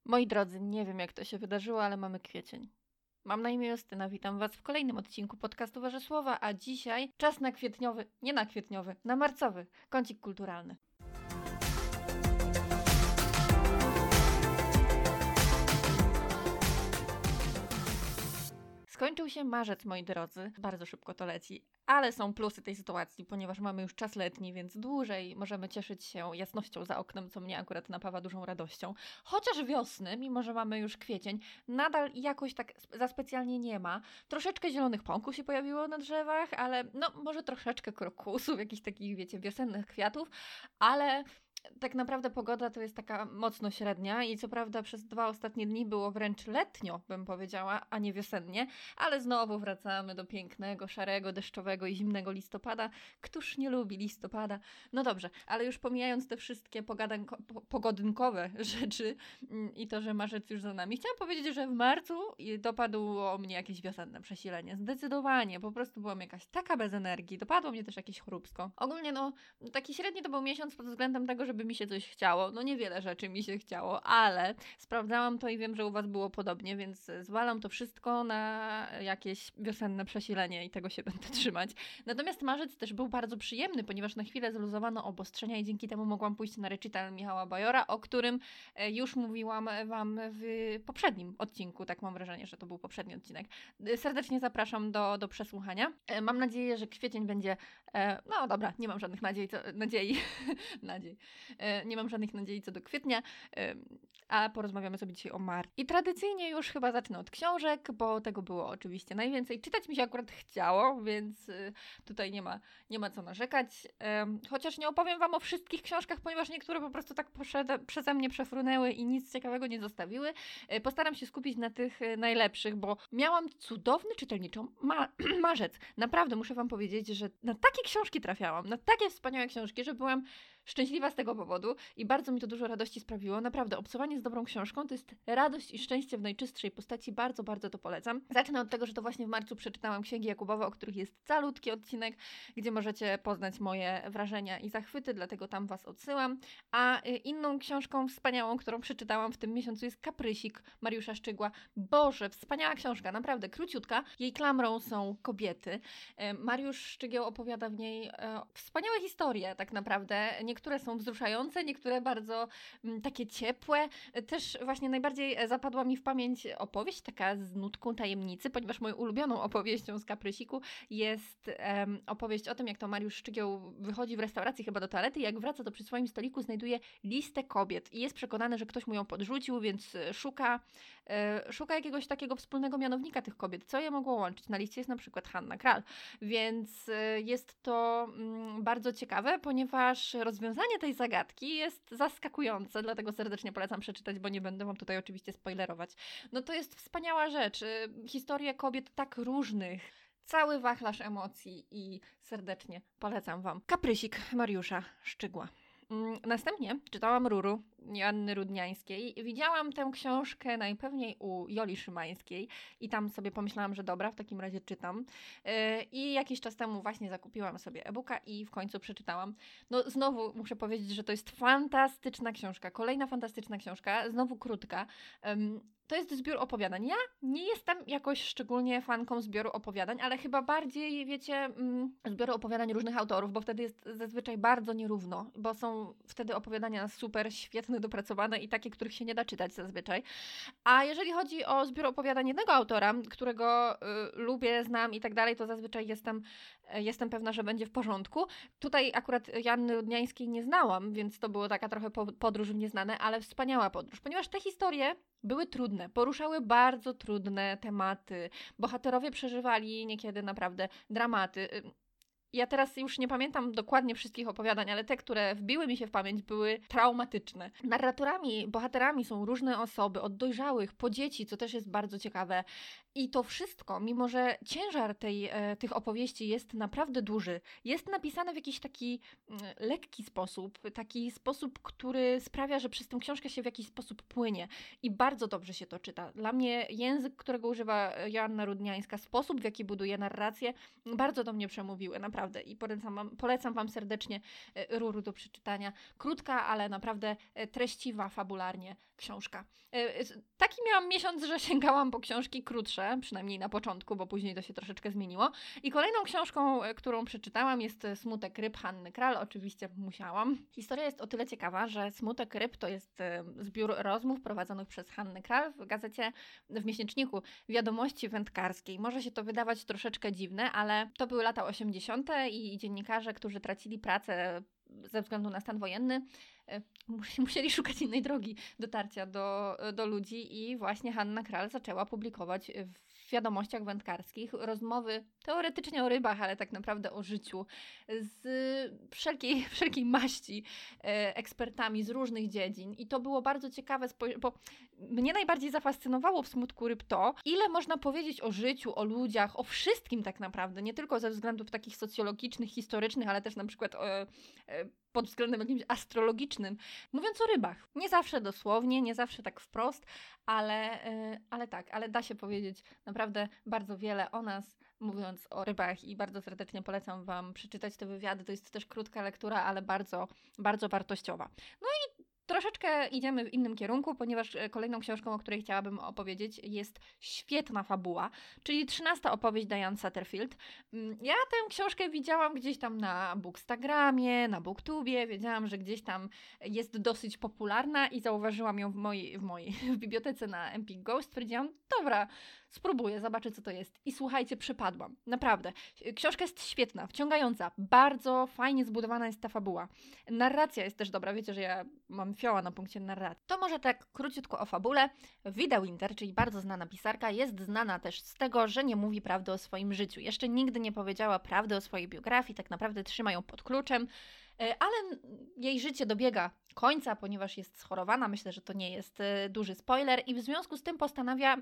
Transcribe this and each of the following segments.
Moi drodzy, nie wiem jak to się wydarzyło, ale mamy kwiecień. Mam na imię Justyna, witam Was w kolejnym odcinku podcastu Wasze Słowa, a dzisiaj czas na kwietniowy, nie na kwietniowy, na marcowy kącik kulturalny. Skończył się marzec, moi drodzy. Bardzo szybko to leci. Ale są plusy tej sytuacji, ponieważ mamy już czas letni, więc dłużej możemy cieszyć się jasnością za oknem, co mnie akurat napawa dużą radością. Chociaż wiosny, mimo że mamy już kwiecień, nadal jakoś tak za specjalnie nie ma. Troszeczkę zielonych pąków się pojawiło na drzewach, ale może troszeczkę krokusów, jakichś takich, wiecie, wiosennych kwiatów, ale tak naprawdę pogoda to jest taka mocno średnia i co prawda przez 2 ostatnie dni było wręcz letnio, bym powiedziała, a nie wiosennie, ale znowu wracamy do pięknego, szarego, deszczowego i zimnego listopada. Któż nie lubi listopada? No dobrze, ale już pomijając te wszystkie pogodynkowe rzeczy i to, że marzec już za nami, chciałam powiedzieć, że w marcu dopadło mnie jakieś wiosenne przesilenie. Zdecydowanie, po prostu byłam jakaś taka bez energii, dopadło mnie też jakieś chróbsko. Ogólnie taki średni to był miesiąc pod względem tego, żeby mi się coś chciało. Niewiele rzeczy mi się chciało, ale sprawdzałam to i wiem, że u Was było podobnie, więc zwalam to wszystko na jakieś wiosenne przesilenie i tego się będę trzymać. Natomiast marzec też był bardzo przyjemny, ponieważ na chwilę zluzowano obostrzenia i dzięki temu mogłam pójść na recital Michała Bajora, o którym już mówiłam Wam w poprzednim odcinku. Tak mam wrażenie, że to był poprzedni odcinek. Serdecznie zapraszam do przesłuchania. Mam nadzieję, że kwiecień będzie... dobra, nie mam żadnych nadziei. Nie mam żadnych nadziei co do kwietnia, a porozmawiamy sobie dzisiaj o marcu. I tradycyjnie już chyba zacznę od książek, bo tego było oczywiście najwięcej. Czytać mi się akurat chciało, więc tutaj nie ma co narzekać. Chociaż nie opowiem Wam o wszystkich książkach, ponieważ niektóre po prostu tak przeze mnie przefrunęły i nic ciekawego nie zostawiły. Postaram się skupić na tych najlepszych, bo miałam cudowny czytelniczą marzec. Naprawdę muszę Wam powiedzieć, że na takie książki trafiałam, na takie wspaniałe książki, że byłam szczęśliwa z tego powodu i bardzo mi to dużo radości sprawiło. Naprawdę, obcowanie z dobrą książką to jest radość i szczęście w najczystszej postaci. Bardzo, bardzo to polecam. Zacznę od tego, że to właśnie w marcu przeczytałam Księgi Jakubowe, o których jest calutki odcinek, gdzie możecie poznać moje wrażenia i zachwyty, dlatego tam Was odsyłam. A inną książką wspaniałą, którą przeczytałam w tym miesiącu jest Kaprysik Mariusza Szczygła. Boże, wspaniała książka, naprawdę króciutka. Jej klamrą są kobiety. Mariusz Szczygieł opowiada w niej wspaniałe historie, tak naprawdę. Niektóre są wzruszające, niektóre bardzo takie ciepłe. Też właśnie najbardziej zapadła mi w pamięć opowieść, taka z nutką tajemnicy, ponieważ moją ulubioną opowieścią z Kaprysiku jest opowieść o tym, jak to Mariusz Szczygieł wychodzi w restauracji chyba do toalety i jak wraca, to przy swoim stoliku znajduje listę kobiet i jest przekonany, że ktoś mu ją podrzucił, więc szuka jakiegoś takiego wspólnego mianownika tych kobiet. Co je mogło łączyć? Na liście jest na przykład Hanna Kral, więc jest to bardzo ciekawe, ponieważ rozwiązanie tej zagadki jest zaskakujące, dlatego serdecznie polecam przeczytać, bo nie będę Wam tutaj oczywiście spoilerować. To jest wspaniała rzecz. Historie kobiet tak różnych. Cały wachlarz emocji i serdecznie polecam Wam. Kaprysik Mariusza Szczygła. Następnie czytałam Ruru Joanny Rudniańskiej. Widziałam tę książkę najpewniej u Joli Szymańskiej i tam sobie pomyślałam, że dobra, w takim razie czytam. I jakiś czas temu właśnie zakupiłam sobie e-booka i w końcu przeczytałam. Znowu muszę powiedzieć, że to jest fantastyczna książka. Kolejna fantastyczna książka, znowu krótka. To jest zbiór opowiadań. Ja nie jestem jakoś szczególnie fanką zbioru opowiadań, ale chyba bardziej, wiecie, zbioru opowiadań różnych autorów, bo wtedy jest zazwyczaj bardzo nierówno, bo są wtedy opowiadania super, świetne, dopracowane i takie, których się nie da czytać zazwyczaj. A jeżeli chodzi o zbiór opowiadań jednego autora, którego lubię, znam i tak dalej, to zazwyczaj jestem pewna, że będzie w porządku. Tutaj akurat Joanny Rudniańskiej nie znałam, więc to było taka trochę podróż w nieznane, ale wspaniała podróż, ponieważ te historie były trudne, poruszały bardzo trudne tematy. Bohaterowie przeżywali niekiedy naprawdę dramaty. Ja teraz już nie pamiętam dokładnie wszystkich opowiadań, ale te, które wbiły mi się w pamięć, były traumatyczne. Narratorami, bohaterami są różne osoby, od dojrzałych po dzieci, co też jest bardzo ciekawe. I to wszystko, mimo że ciężar tych opowieści jest naprawdę duży, jest napisane w jakiś taki lekki sposób, taki sposób, który sprawia, że przez tę książkę się w jakiś sposób płynie i bardzo dobrze się to czyta. Dla mnie język, którego używa Joanna Rudniańska, sposób, w jaki buduje narrację, bardzo do mnie przemówiły, naprawdę. naprawdę. I polecam wam serdecznie Ruru do przeczytania. Krótka, ale naprawdę treściwa fabularnie książka. Taki miałam miesiąc, że sięgałam po książki krótsze, przynajmniej na początku, bo później to się troszeczkę zmieniło. I kolejną książką, którą przeczytałam, jest Smutek ryb Hanny Kral. Oczywiście musiałam. Historia jest o tyle ciekawa, że Smutek ryb to jest zbiór rozmów prowadzonych przez Hannę Kral w gazecie, w miesięczniku Wiadomości Wędkarskiej. Może się to wydawać troszeczkę dziwne, ale to były lata 80. i dziennikarze, którzy tracili pracę ze względu na stan wojenny, musieli szukać innej drogi dotarcia do ludzi i właśnie Hanna Kral zaczęła publikować w wiadomościach wędkarskich rozmowy teoretycznie o rybach, ale tak naprawdę o życiu z wszelkiej maści ekspertami z różnych dziedzin. I to było bardzo ciekawe, bo mnie najbardziej zafascynowało w Smutku ryb to, ile można powiedzieć o życiu, o ludziach, o wszystkim tak naprawdę, nie tylko ze względów takich socjologicznych, historycznych, ale też na przykład pod względem jakimś astrologicznym, mówiąc o rybach. Nie zawsze dosłownie, nie zawsze tak wprost, ale da się powiedzieć naprawdę bardzo wiele o nas, mówiąc o rybach i bardzo serdecznie polecam wam przeczytać te wywiady. To jest też krótka lektura, ale bardzo, bardzo wartościowa. No i troszeczkę idziemy w innym kierunku, ponieważ kolejną książką, o której chciałabym opowiedzieć, jest świetna fabuła, czyli 13 opowieść Diane Satterfield. Ja tę książkę widziałam gdzieś tam na Bookstagramie, na Booktubie, wiedziałam, że gdzieś tam jest dosyć popularna i zauważyłam ją w bibliotece na Empik Go. Stwierdziłam, dobra, spróbuję, zobaczę co to jest. I słuchajcie, przypadłam. Naprawdę. Książka jest świetna, wciągająca, bardzo fajnie zbudowana jest ta fabuła. Narracja jest też dobra, wiecie, że ja mam fioła na punkcie narracji. To może tak króciutko o fabule. Vida Winter, czyli bardzo znana pisarka, jest znana też z tego, że nie mówi prawdy o swoim życiu. Jeszcze nigdy nie powiedziała prawdy o swojej biografii, tak naprawdę trzyma ją pod kluczem, ale jej życie dobiega końca, ponieważ jest schorowana. Myślę, że to nie jest duży spoiler i w związku z tym postanawia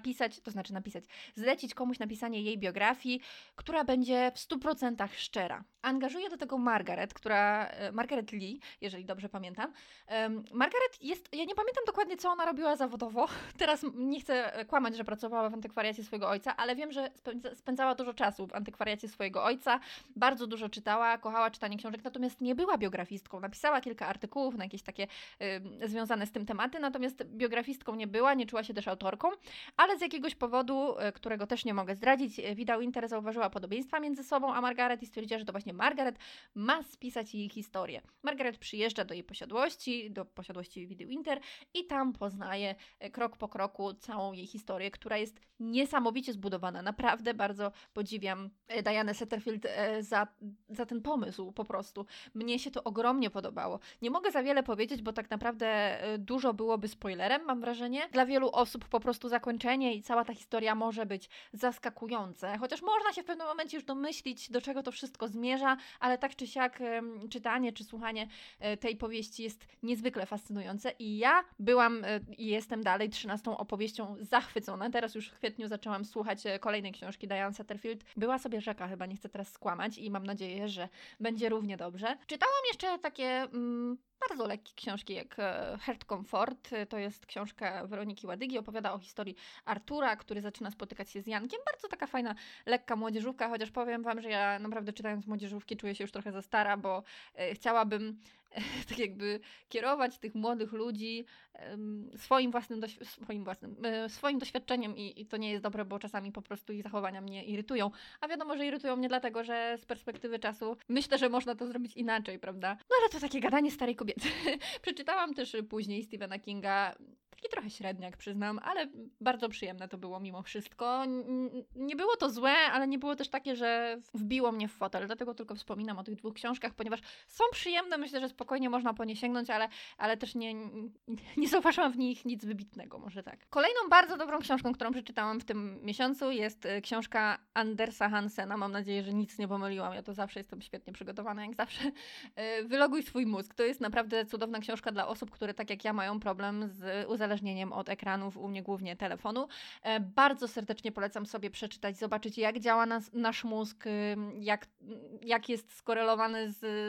zlecić komuś napisanie jej biografii, która będzie w 100% szczera. Angażuje do tego Margaret Lee, jeżeli dobrze pamiętam. Margaret ja nie pamiętam dokładnie, co ona robiła zawodowo. Teraz nie chcę kłamać, że pracowała w antykwariacie swojego ojca, ale wiem, że spędzała dużo czasu w antykwariacie swojego ojca. Bardzo dużo czytała, kochała czytanie książek, natomiast nie była biografistką. Napisała kilka artykułów na jakieś takie związane z tym tematy, natomiast biografistką nie była, nie czuła się też autorką, ale z jakiegoś powodu, którego też nie mogę zdradzić, Vida Winter zauważyła podobieństwa między sobą a Margaret i stwierdziła, że to właśnie Margaret ma spisać jej historię. Margaret przyjeżdża do jej posiadłości Vidy Winter i tam poznaje krok po kroku całą jej historię, która jest niesamowicie zbudowana. Naprawdę bardzo podziwiam Dianę Satterfield za ten pomysł po prostu. Mnie się to ogromnie podobało. Nie mogę za wiele powiedzieć, bo tak naprawdę dużo byłoby spoilerem, mam wrażenie. Dla wielu osób po prostu zakończenie i cała ta historia może być zaskakujące, chociaż można się w pewnym momencie już domyślić, do czego to wszystko zmierza, ale tak czy siak czytanie czy słuchanie tej powieści jest niezwykle fascynujące i ja byłam i jestem dalej 13 opowieścią zachwycona. Teraz już w kwietniu zaczęłam słuchać kolejnej książki Diane Satterfield. Była sobie rzeka, chyba nie chcę teraz skłamać i mam nadzieję, że będzie równie dobrze. Czytałam jeszcze takie bardzo lekkie książki jak Heart Comfort. To jest książka Weroniki Ładygi. Opowiada o historii Artura, który zaczyna spotykać się z Jankiem. Bardzo taka fajna, lekka młodzieżówka, chociaż powiem wam, że ja naprawdę czytając młodzieżówki czuję się już trochę za stara, bo chciałabym tak jakby kierować tych młodych ludzi swoim doświadczeniem i to nie jest dobre, bo czasami po prostu ich zachowania mnie irytują. A wiadomo, że irytują mnie dlatego, że z perspektywy czasu myślę, że można to zrobić inaczej, prawda? No ale to takie gadanie starej kobiety. Przeczytałam też później Stephena Kinga, taki trochę średniak, przyznam, ale bardzo przyjemne to było mimo wszystko. Nie było to złe, ale nie było też takie, że wbiło mnie w fotel. Dlatego tylko wspominam o tych dwóch książkach, ponieważ są przyjemne, myślę, że spokojnie można po nie sięgnąć, ale też nie zauważyłam w nich nic wybitnego, może tak. Kolejną bardzo dobrą książką, którą przeczytałam w tym miesiącu jest książka Andersa Hansena. Mam nadzieję, że nic nie pomyliłam. Ja to zawsze jestem świetnie przygotowana, jak zawsze. Wyloguj swój mózg. To jest naprawdę cudowna książka dla osób, które tak jak ja mają problem z uzależnieniem od ekranów, u mnie głównie telefonu. Bardzo serdecznie polecam sobie przeczytać, zobaczyć jak działa nasz mózg, jak jest skorelowany z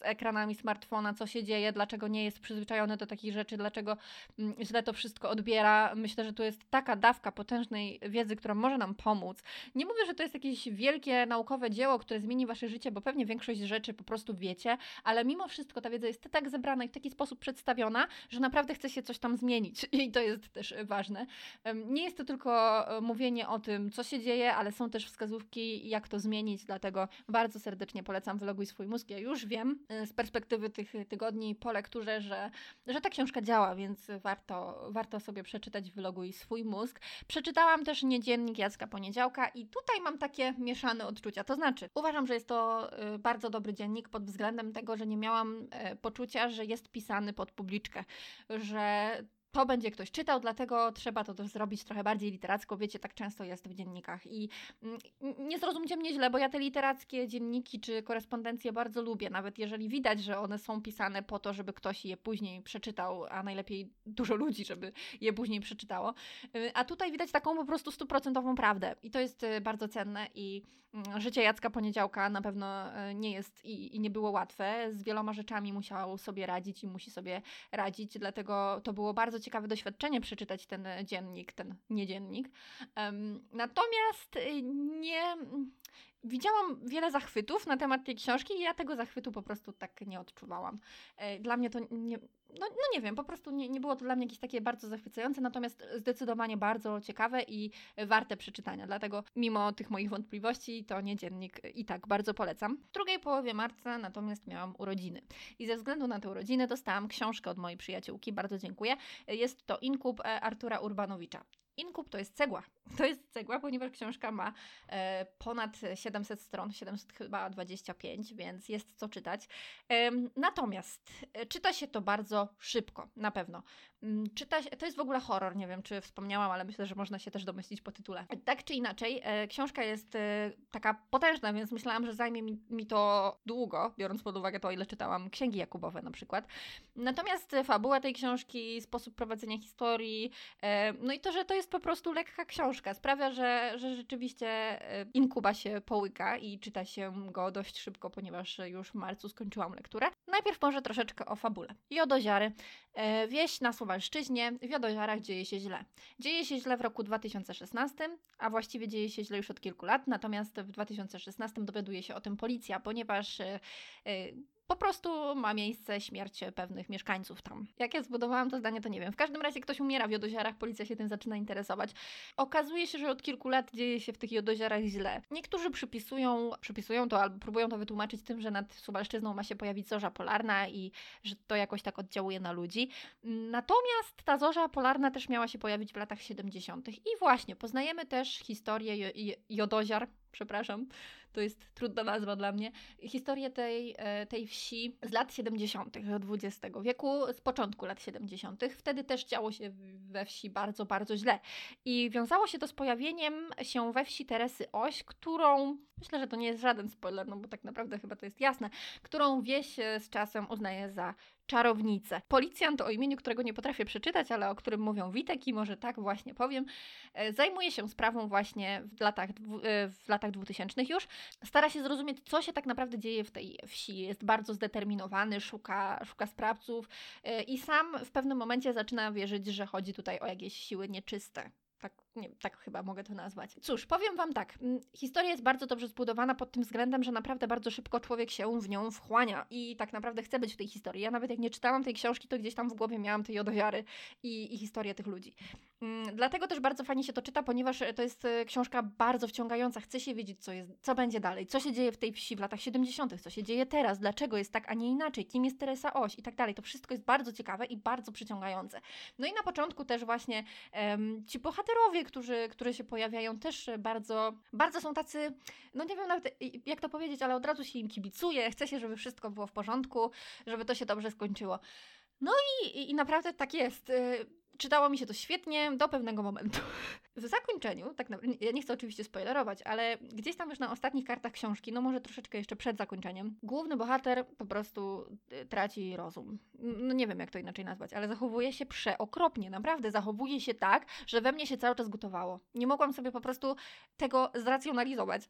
ekranami smartfona, co się dzieje, dlaczego nie jest przyzwyczajony do takich rzeczy, dlaczego źle to wszystko odbiera. Myślę, że tu jest taka dawka potężnej wiedzy, która może nam pomóc. Nie mówię, że to jest jakieś wielkie naukowe dzieło, które zmieni wasze życie, bo pewnie większość rzeczy po prostu wiecie, ale mimo wszystko ta wiedza jest tak zebrana i w taki sposób przedstawiona, że naprawdę chce się coś tam zmienić i to jest też ważne. Nie jest to tylko mówienie o tym, co się dzieje, ale są też wskazówki, jak to zmienić, dlatego bardzo serdecznie polecam Wyloguj swój mózg. Ja już wiem z perspektywy tych tygodni po lekturze, że ta książka działa, więc warto sobie przeczytać Wyloguj swój mózg. Przeczytałam też Niedziennik Jacka Poniedziałka i tutaj mam takie mieszane odczucia. To znaczy, uważam, że jest to bardzo dobry dziennik pod względem tego, że nie miałam poczucia, że jest pisany pod publiczkę, że to będzie ktoś czytał, dlatego trzeba to też zrobić trochę bardziej literacko. Wiecie, tak często jest w dziennikach. I nie zrozumcie mnie źle, bo ja te literackie dzienniki czy korespondencje bardzo lubię. Nawet jeżeli widać, że one są pisane po to, żeby ktoś je później przeczytał, a najlepiej dużo ludzi, żeby je później przeczytało. A tutaj widać taką po prostu 100% prawdę. I to jest bardzo cenne i życie Jacka Poniedziałka na pewno nie jest i nie było łatwe. Z wieloma rzeczami musiał sobie radzić i musi sobie radzić, dlatego to było bardzo ciekawe doświadczenie przeczytać ten dziennik, ten niedziennik. Natomiast widziałam wiele zachwytów na temat tej książki i ja tego zachwytu po prostu tak nie odczuwałam. Dla mnie to nie wiem, po prostu nie było to dla mnie jakieś takie bardzo zachwycające, natomiast zdecydowanie bardzo ciekawe i warte przeczytania. Dlatego mimo tych moich wątpliwości to niedziennik i tak bardzo polecam. W drugiej połowie marca natomiast miałam urodziny. I ze względu na te urodziny dostałam książkę od mojej przyjaciółki, bardzo dziękuję. Jest to Inkub Artura Urbanowicza. Inkub to jest cegła. To jest cegła, ponieważ książka ma ponad 700 stron, 725, więc jest co czytać. Natomiast czyta się to bardzo szybko, na pewno. To jest w ogóle horror, nie wiem czy wspomniałam, ale myślę, że można się też domyślić po tytule. Tak czy inaczej, książka jest taka potężna, więc myślałam, że zajmie mi to długo, biorąc pod uwagę to, ile czytałam księgi Jakubowe na przykład. Natomiast fabuła tej książki, sposób prowadzenia historii, no i to, że to jest po prostu lekka książka, sprawia, że rzeczywiście Inkuba się połyka i czyta się go dość szybko, ponieważ już w marcu skończyłam lekturę. Najpierw może troszeczkę o fabule. Jodoziary. Wieś na Suwalszczyźnie, w Jodoziarach dzieje się źle. Dzieje się źle w roku 2016, a właściwie dzieje się źle już od kilku lat, natomiast w 2016 dowiaduje się o tym policja, ponieważ po prostu ma miejsce śmierć pewnych mieszkańców tam. Jak ja zbudowałam to zdanie, to nie wiem. W każdym razie ktoś umiera w Jodoziarach, policja się tym zaczyna interesować. Okazuje się, że od kilku lat dzieje się w tych Jodoziarach źle. Niektórzy przypisują to albo próbują to wytłumaczyć tym, że nad Suwalszczyzną ma się pojawić zorza polarna i że to jakoś tak oddziałuje na ludzi. Natomiast ta zorza polarna też miała się pojawić w latach 70. I właśnie, poznajemy też historię Jodoziar, przepraszam, to jest trudna nazwa dla mnie, historię tej wsi z lat 70. XX wieku, z początku lat 70. Wtedy też działo się we wsi bardzo, bardzo źle. I wiązało się to z pojawieniem się we wsi Teresy Oś, którą, myślę, że to nie jest żaden spoiler, no bo tak naprawdę chyba to jest jasne, którą wieś z czasem uznaje za czarownicę. Policjant, o imieniu którego nie potrafię przeczytać, ale o którym mówią Witek i może tak właśnie powiem, zajmuje się sprawą właśnie w latach 2000 już. Stara się zrozumieć, co się tak naprawdę dzieje w tej wsi. Jest bardzo zdeterminowany, szuka sprawców i sam w pewnym momencie zaczyna wierzyć, że chodzi tutaj o jakieś siły nieczyste. Tak chyba mogę to nazwać. Cóż, powiem wam tak, historia jest bardzo dobrze zbudowana pod tym względem, że naprawdę bardzo szybko człowiek się w nią wchłania i tak naprawdę chce być w tej historii. Ja nawet jak nie czytałam tej książki, to gdzieś tam w głowie miałam te Jodoziary i historię tych ludzi. Dlatego też bardzo fajnie się to czyta, ponieważ to jest książka bardzo wciągająca. Chce się wiedzieć, co będzie dalej, co się dzieje w tej wsi w latach 70., co się dzieje teraz, dlaczego jest tak, a nie inaczej, kim jest Teresa Oś i tak dalej. To wszystko jest bardzo ciekawe i bardzo przyciągające. No i na początku też właśnie ci bohaterowie, którzy się pojawiają, też bardzo, bardzo są tacy, no nie wiem nawet jak to powiedzieć, ale od razu się im kibicuje, chce się, żeby wszystko było w porządku, żeby to się dobrze skończyło. No i naprawdę tak jest. Czytało mi się to świetnie do pewnego momentu. W zakończeniu, tak naprawdę, ja nie chcę oczywiście spoilerować, ale gdzieś tam już na ostatnich kartach książki, no może troszeczkę jeszcze przed zakończeniem, główny bohater po prostu traci rozum. No nie wiem jak to inaczej nazwać, ale zachowuje się przeokropnie, naprawdę zachowuje się tak, że we mnie się cały czas gotowało. Nie mogłam sobie po prostu tego zracjonalizować.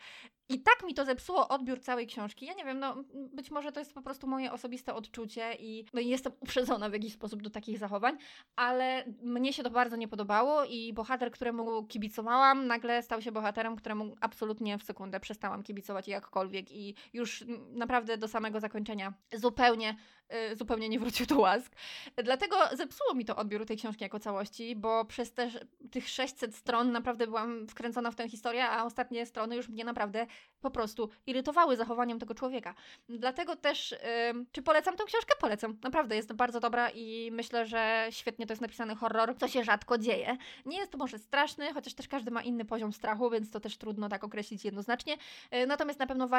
I tak mi to zepsuło odbiór całej książki. Ja nie wiem, no być może to jest po prostu moje osobiste odczucie i no, jestem uprzedzona w jakiś sposób do takich zachowań, ale mnie się to bardzo nie podobało i bohater, któremu kibicowałam, nagle stał się bohaterem, któremu absolutnie w sekundę przestałam kibicować jakkolwiek i już naprawdę do samego zakończenia zupełnie nie wrócił do łask. Dlatego zepsuło mi to odbiór tej książki jako całości, bo przez tych 600 stron naprawdę byłam wkręcona w tę historię, a ostatnie strony już mnie naprawdę po prostu irytowały zachowaniem tego człowieka. Dlatego też, czy polecam tę książkę? Polecam. Naprawdę jest bardzo dobra i myślę, że świetnie to jest napisany horror, co się rzadko dzieje. Nie jest to może straszny, chociaż też każdy ma inny poziom strachu, więc to też trudno tak określić jednoznacznie. Natomiast na pewno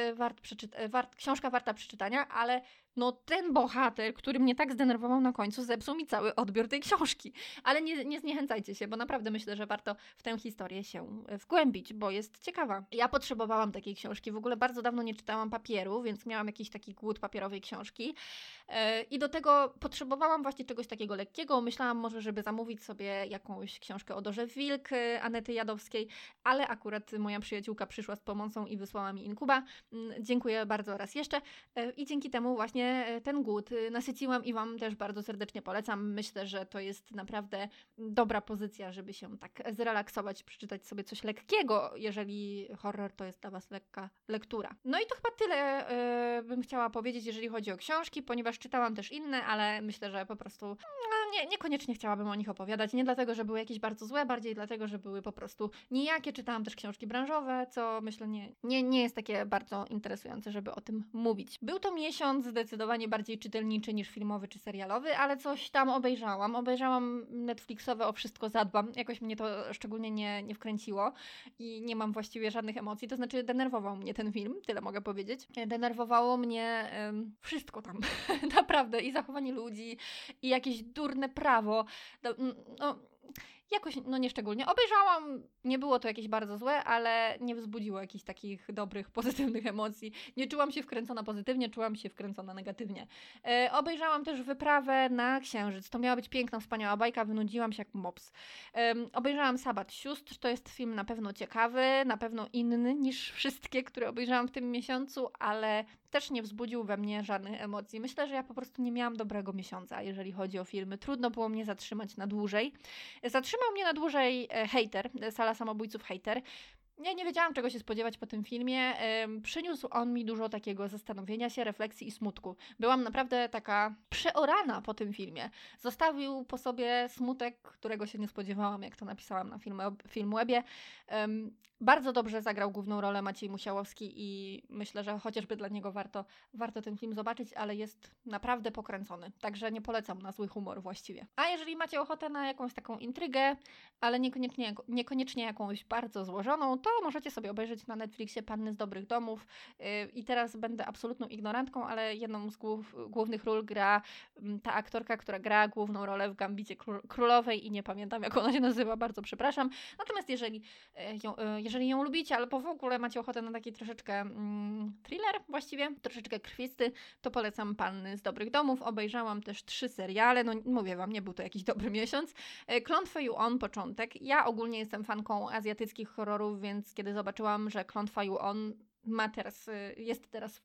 książka warta przeczytania, ale no ten bohater, który mnie tak zdenerwował na końcu, zepsuł mi cały odbiór tej książki. Ale nie zniechęcajcie się, bo naprawdę myślę, że warto w tę historię się wgłębić, bo jest ciekawa. Ja potrzebowałam takiej książki. W ogóle bardzo dawno nie czytałam papieru, więc miałam jakiś taki głód papierowej książki. I do tego potrzebowałam właśnie czegoś takiego lekkiego. Myślałam może, żeby zamówić sobie jakąś książkę o Dorze Wilk Anety Jadowskiej, ale akurat moja przyjaciółka przyszła z pomocą i wysłała mi inkuba. Dziękuję bardzo raz jeszcze. I dzięki temu właśnie ten głód nasyciłam i Wam też bardzo serdecznie polecam. Myślę, że to jest naprawdę dobra pozycja, żeby się tak zrelaksować, przeczytać sobie coś lekkiego, jeżeli horror to jest dla Was lekka lektura. No i to chyba tyle bym chciała powiedzieć, jeżeli chodzi o książki, ponieważ czytałam też inne, ale myślę, że po prostu niekoniecznie chciałabym o nich opowiadać. Nie dlatego, że były jakieś bardzo złe, bardziej dlatego, że były po prostu nijakie. Czytałam też książki branżowe, co myślę nie jest takie bardzo interesujące, żeby o tym mówić. Był to miesiąc zdecydowanie bardziej czytelniczy niż filmowy czy serialowy, ale coś tam obejrzałam. Obejrzałam Netflixowe O wszystko zadbam. Jakoś mnie to szczególnie nie wkręciło i nie mam właściwie żadnych emocji. To znaczy denerwował mnie ten film, tyle mogę powiedzieć. Denerwowało mnie wszystko tam. Naprawdę. I zachowanie ludzi, i jakieś durne prawo. Jakoś, nieszczególnie. Obejrzałam, nie było to jakieś bardzo złe, ale nie wzbudziło jakichś takich dobrych, pozytywnych emocji. Nie czułam się wkręcona pozytywnie, czułam się wkręcona negatywnie. Obejrzałam też Wyprawę na Księżyc. To miała być piękna, wspaniała bajka, wynudziłam się jak mops. Obejrzałam Sabat Sióstr, to jest film na pewno ciekawy, na pewno inny niż wszystkie, które obejrzałam w tym miesiącu, ale też nie wzbudził we mnie żadnych emocji. Myślę, że ja po prostu nie miałam dobrego miesiąca, jeżeli chodzi o filmy. Trudno było mnie zatrzymać na dłużej. Zatrzymał mnie na dłużej Hejter, Sala Samobójców Hejter. Ja nie wiedziałam, czego się spodziewać po tym filmie. Przyniósł on mi dużo takiego zastanowienia się, refleksji i smutku. Byłam naprawdę taka przeorana po tym filmie. Zostawił po sobie smutek, którego się nie spodziewałam, jak to napisałam na Filmwebie. Bardzo dobrze zagrał główną rolę Maciej Musiałowski i myślę, że chociażby dla niego warto ten film zobaczyć, ale jest naprawdę pokręcony. Także nie polecam na zły humor właściwie. A jeżeli macie ochotę na jakąś taką intrygę, ale niekoniecznie jakąś bardzo złożoną, to możecie sobie obejrzeć na Netflixie Panny z dobrych domów. I teraz będę absolutną ignorantką, ale jedną z głównych ról gra ta aktorka, która gra główną rolę w Gambicie Królowej i nie pamiętam, jak ona się nazywa, bardzo przepraszam. Natomiast jeżeli ją lubicie, albo w ogóle macie ochotę na taki troszeczkę thriller właściwie, troszeczkę krwisty, to polecam Panny z dobrych domów. Obejrzałam też 3 seriale, no mówię Wam, nie był to jakiś dobry miesiąc. Klątwa Ju-on, początek. Ja ogólnie jestem fanką azjatyckich horrorów, więc kiedy zobaczyłam, że Klątwa Ju-on jest teraz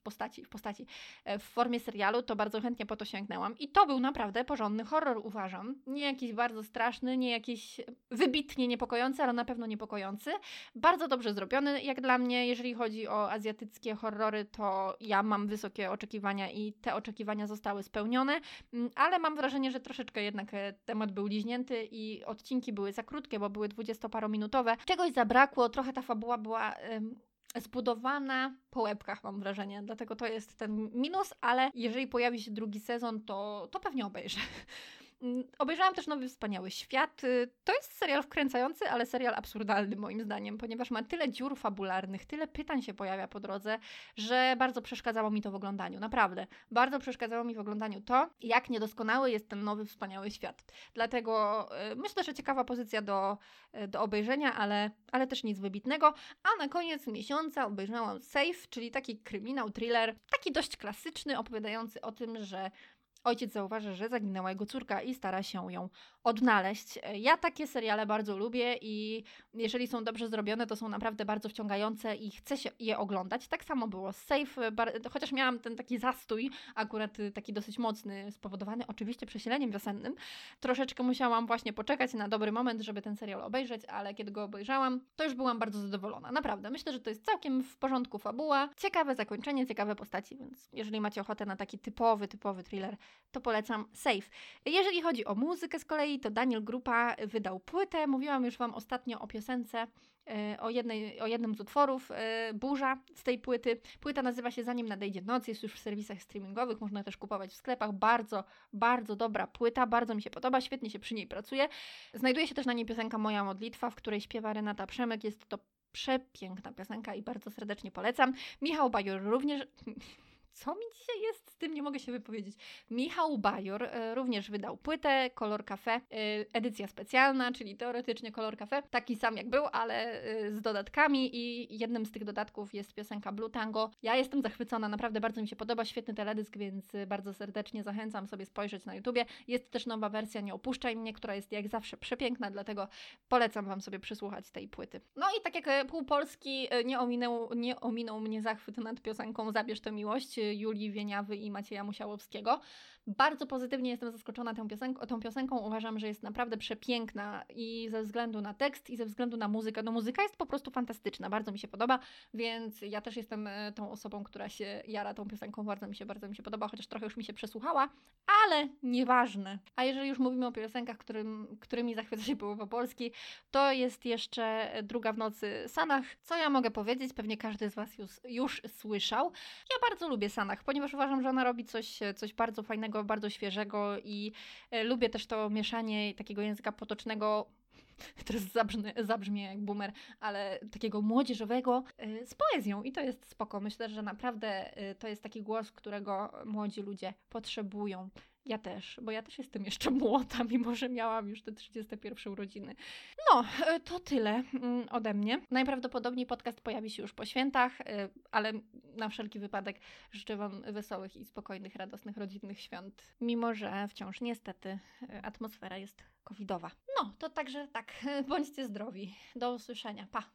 w formie serialu, to bardzo chętnie po to sięgnęłam. I to był naprawdę porządny horror, uważam. Nie jakiś bardzo straszny, nie jakiś wybitnie niepokojący, ale na pewno niepokojący. Bardzo dobrze zrobiony, jak dla mnie. Jeżeli chodzi o azjatyckie horrory, to ja mam wysokie oczekiwania i te oczekiwania zostały spełnione, ale mam wrażenie, że troszeczkę jednak temat był liźnięty i odcinki były za krótkie, bo były 20-parominutowe. Czegoś zabrakło, trochę ta fabuła była zbudowana po łebkach, mam wrażenie. Dlatego to jest ten minus, ale jeżeli pojawi się drugi sezon, to pewnie obejrzę. Obejrzałam też Nowy Wspaniały Świat. To jest serial wkręcający, ale serial absurdalny moim zdaniem, ponieważ ma tyle dziur fabularnych, tyle pytań się pojawia po drodze, że bardzo przeszkadzało mi to w oglądaniu. Naprawdę. Bardzo przeszkadzało mi w oglądaniu to, jak niedoskonały jest ten Nowy Wspaniały Świat. Dlatego myślę, że ciekawa pozycja do obejrzenia, ale też nic wybitnego. A na koniec miesiąca obejrzałam Safe, czyli taki kryminał, thriller, taki dość klasyczny, opowiadający o tym, że ojciec zauważa, że zaginęła jego córka i stara się ją odnaleźć. Ja takie seriale bardzo lubię i jeżeli są dobrze zrobione, to są naprawdę bardzo wciągające i chce się je oglądać. Tak samo było z Safe, chociaż miałam ten taki zastój, akurat taki dosyć mocny, spowodowany oczywiście przesileniem wiosennym. Troszeczkę musiałam właśnie poczekać na dobry moment, żeby ten serial obejrzeć, ale kiedy go obejrzałam, to już byłam bardzo zadowolona. Naprawdę, myślę, że to jest całkiem w porządku fabuła, ciekawe zakończenie, ciekawe postaci, więc jeżeli macie ochotę na taki typowy thriller, to polecam Safe. Jeżeli chodzi o muzykę z kolei, to Daniel Grupa wydał płytę. Mówiłam już Wam ostatnio o piosence, o jednym z utworów, Burza z tej płyty. Płyta nazywa się Zanim nadejdzie noc, jest już w serwisach streamingowych, można też kupować w sklepach. Bardzo, bardzo dobra płyta, bardzo mi się podoba, świetnie się przy niej pracuje. Znajduje się też na niej piosenka Moja modlitwa, w której śpiewa Renata Przemek. Jest to przepiękna piosenka i bardzo serdecznie polecam. Michał Bajor również... Co mi dzisiaj jest z tym? Nie mogę się wypowiedzieć. Michał Bajor również wydał płytę Kolor Cafe, edycja specjalna, czyli teoretycznie Kolor Cafe, taki sam jak był, ale z dodatkami i jednym z tych dodatków jest piosenka Blue Tango. Ja jestem zachwycona, naprawdę bardzo mi się podoba, świetny teledysk, więc bardzo serdecznie zachęcam sobie spojrzeć na YouTubie. Jest też nowa wersja Nie opuszczaj mnie, która jest jak zawsze przepiękna, dlatego polecam Wam sobie przysłuchać tej płyty. No i tak jak pół Polski nie ominął mnie zachwyt nad piosenką Zabierz tę miłość Julii Wieniawy i Macieja Musiałowskiego. Bardzo pozytywnie jestem zaskoczona tą piosenką. Uważam, że jest naprawdę przepiękna i ze względu na tekst, i ze względu na muzykę. No muzyka jest po prostu fantastyczna, bardzo mi się podoba, więc ja też jestem tą osobą, która się jara tą piosenką. Bardzo mi się podoba, chociaż trochę już mi się przesłuchała, ale nieważne. A jeżeli już mówimy o piosenkach, którymi zachwyca się połowa Polski, to jest jeszcze Druga w nocy Sanach. Co ja mogę powiedzieć? Pewnie każdy z Was już słyszał. Ja bardzo lubię Sanach, ponieważ uważam, że ona robi coś bardzo fajnego, bardzo świeżego i lubię też to mieszanie takiego języka potocznego, teraz zabrzmię jak boomer, ale takiego młodzieżowego z poezją i to jest spoko. Myślę, że naprawdę to jest taki głos, którego młodzi ludzie potrzebują. Ja też, bo ja też jestem jeszcze młoda, mimo że miałam już te 31 urodziny. No, to tyle ode mnie. Najprawdopodobniej podcast pojawi się już po świętach, ale na wszelki wypadek życzę Wam wesołych i spokojnych, radosnych, rodzinnych świąt, mimo że wciąż niestety atmosfera jest covidowa. No, to także tak, bądźcie zdrowi. Do usłyszenia, pa!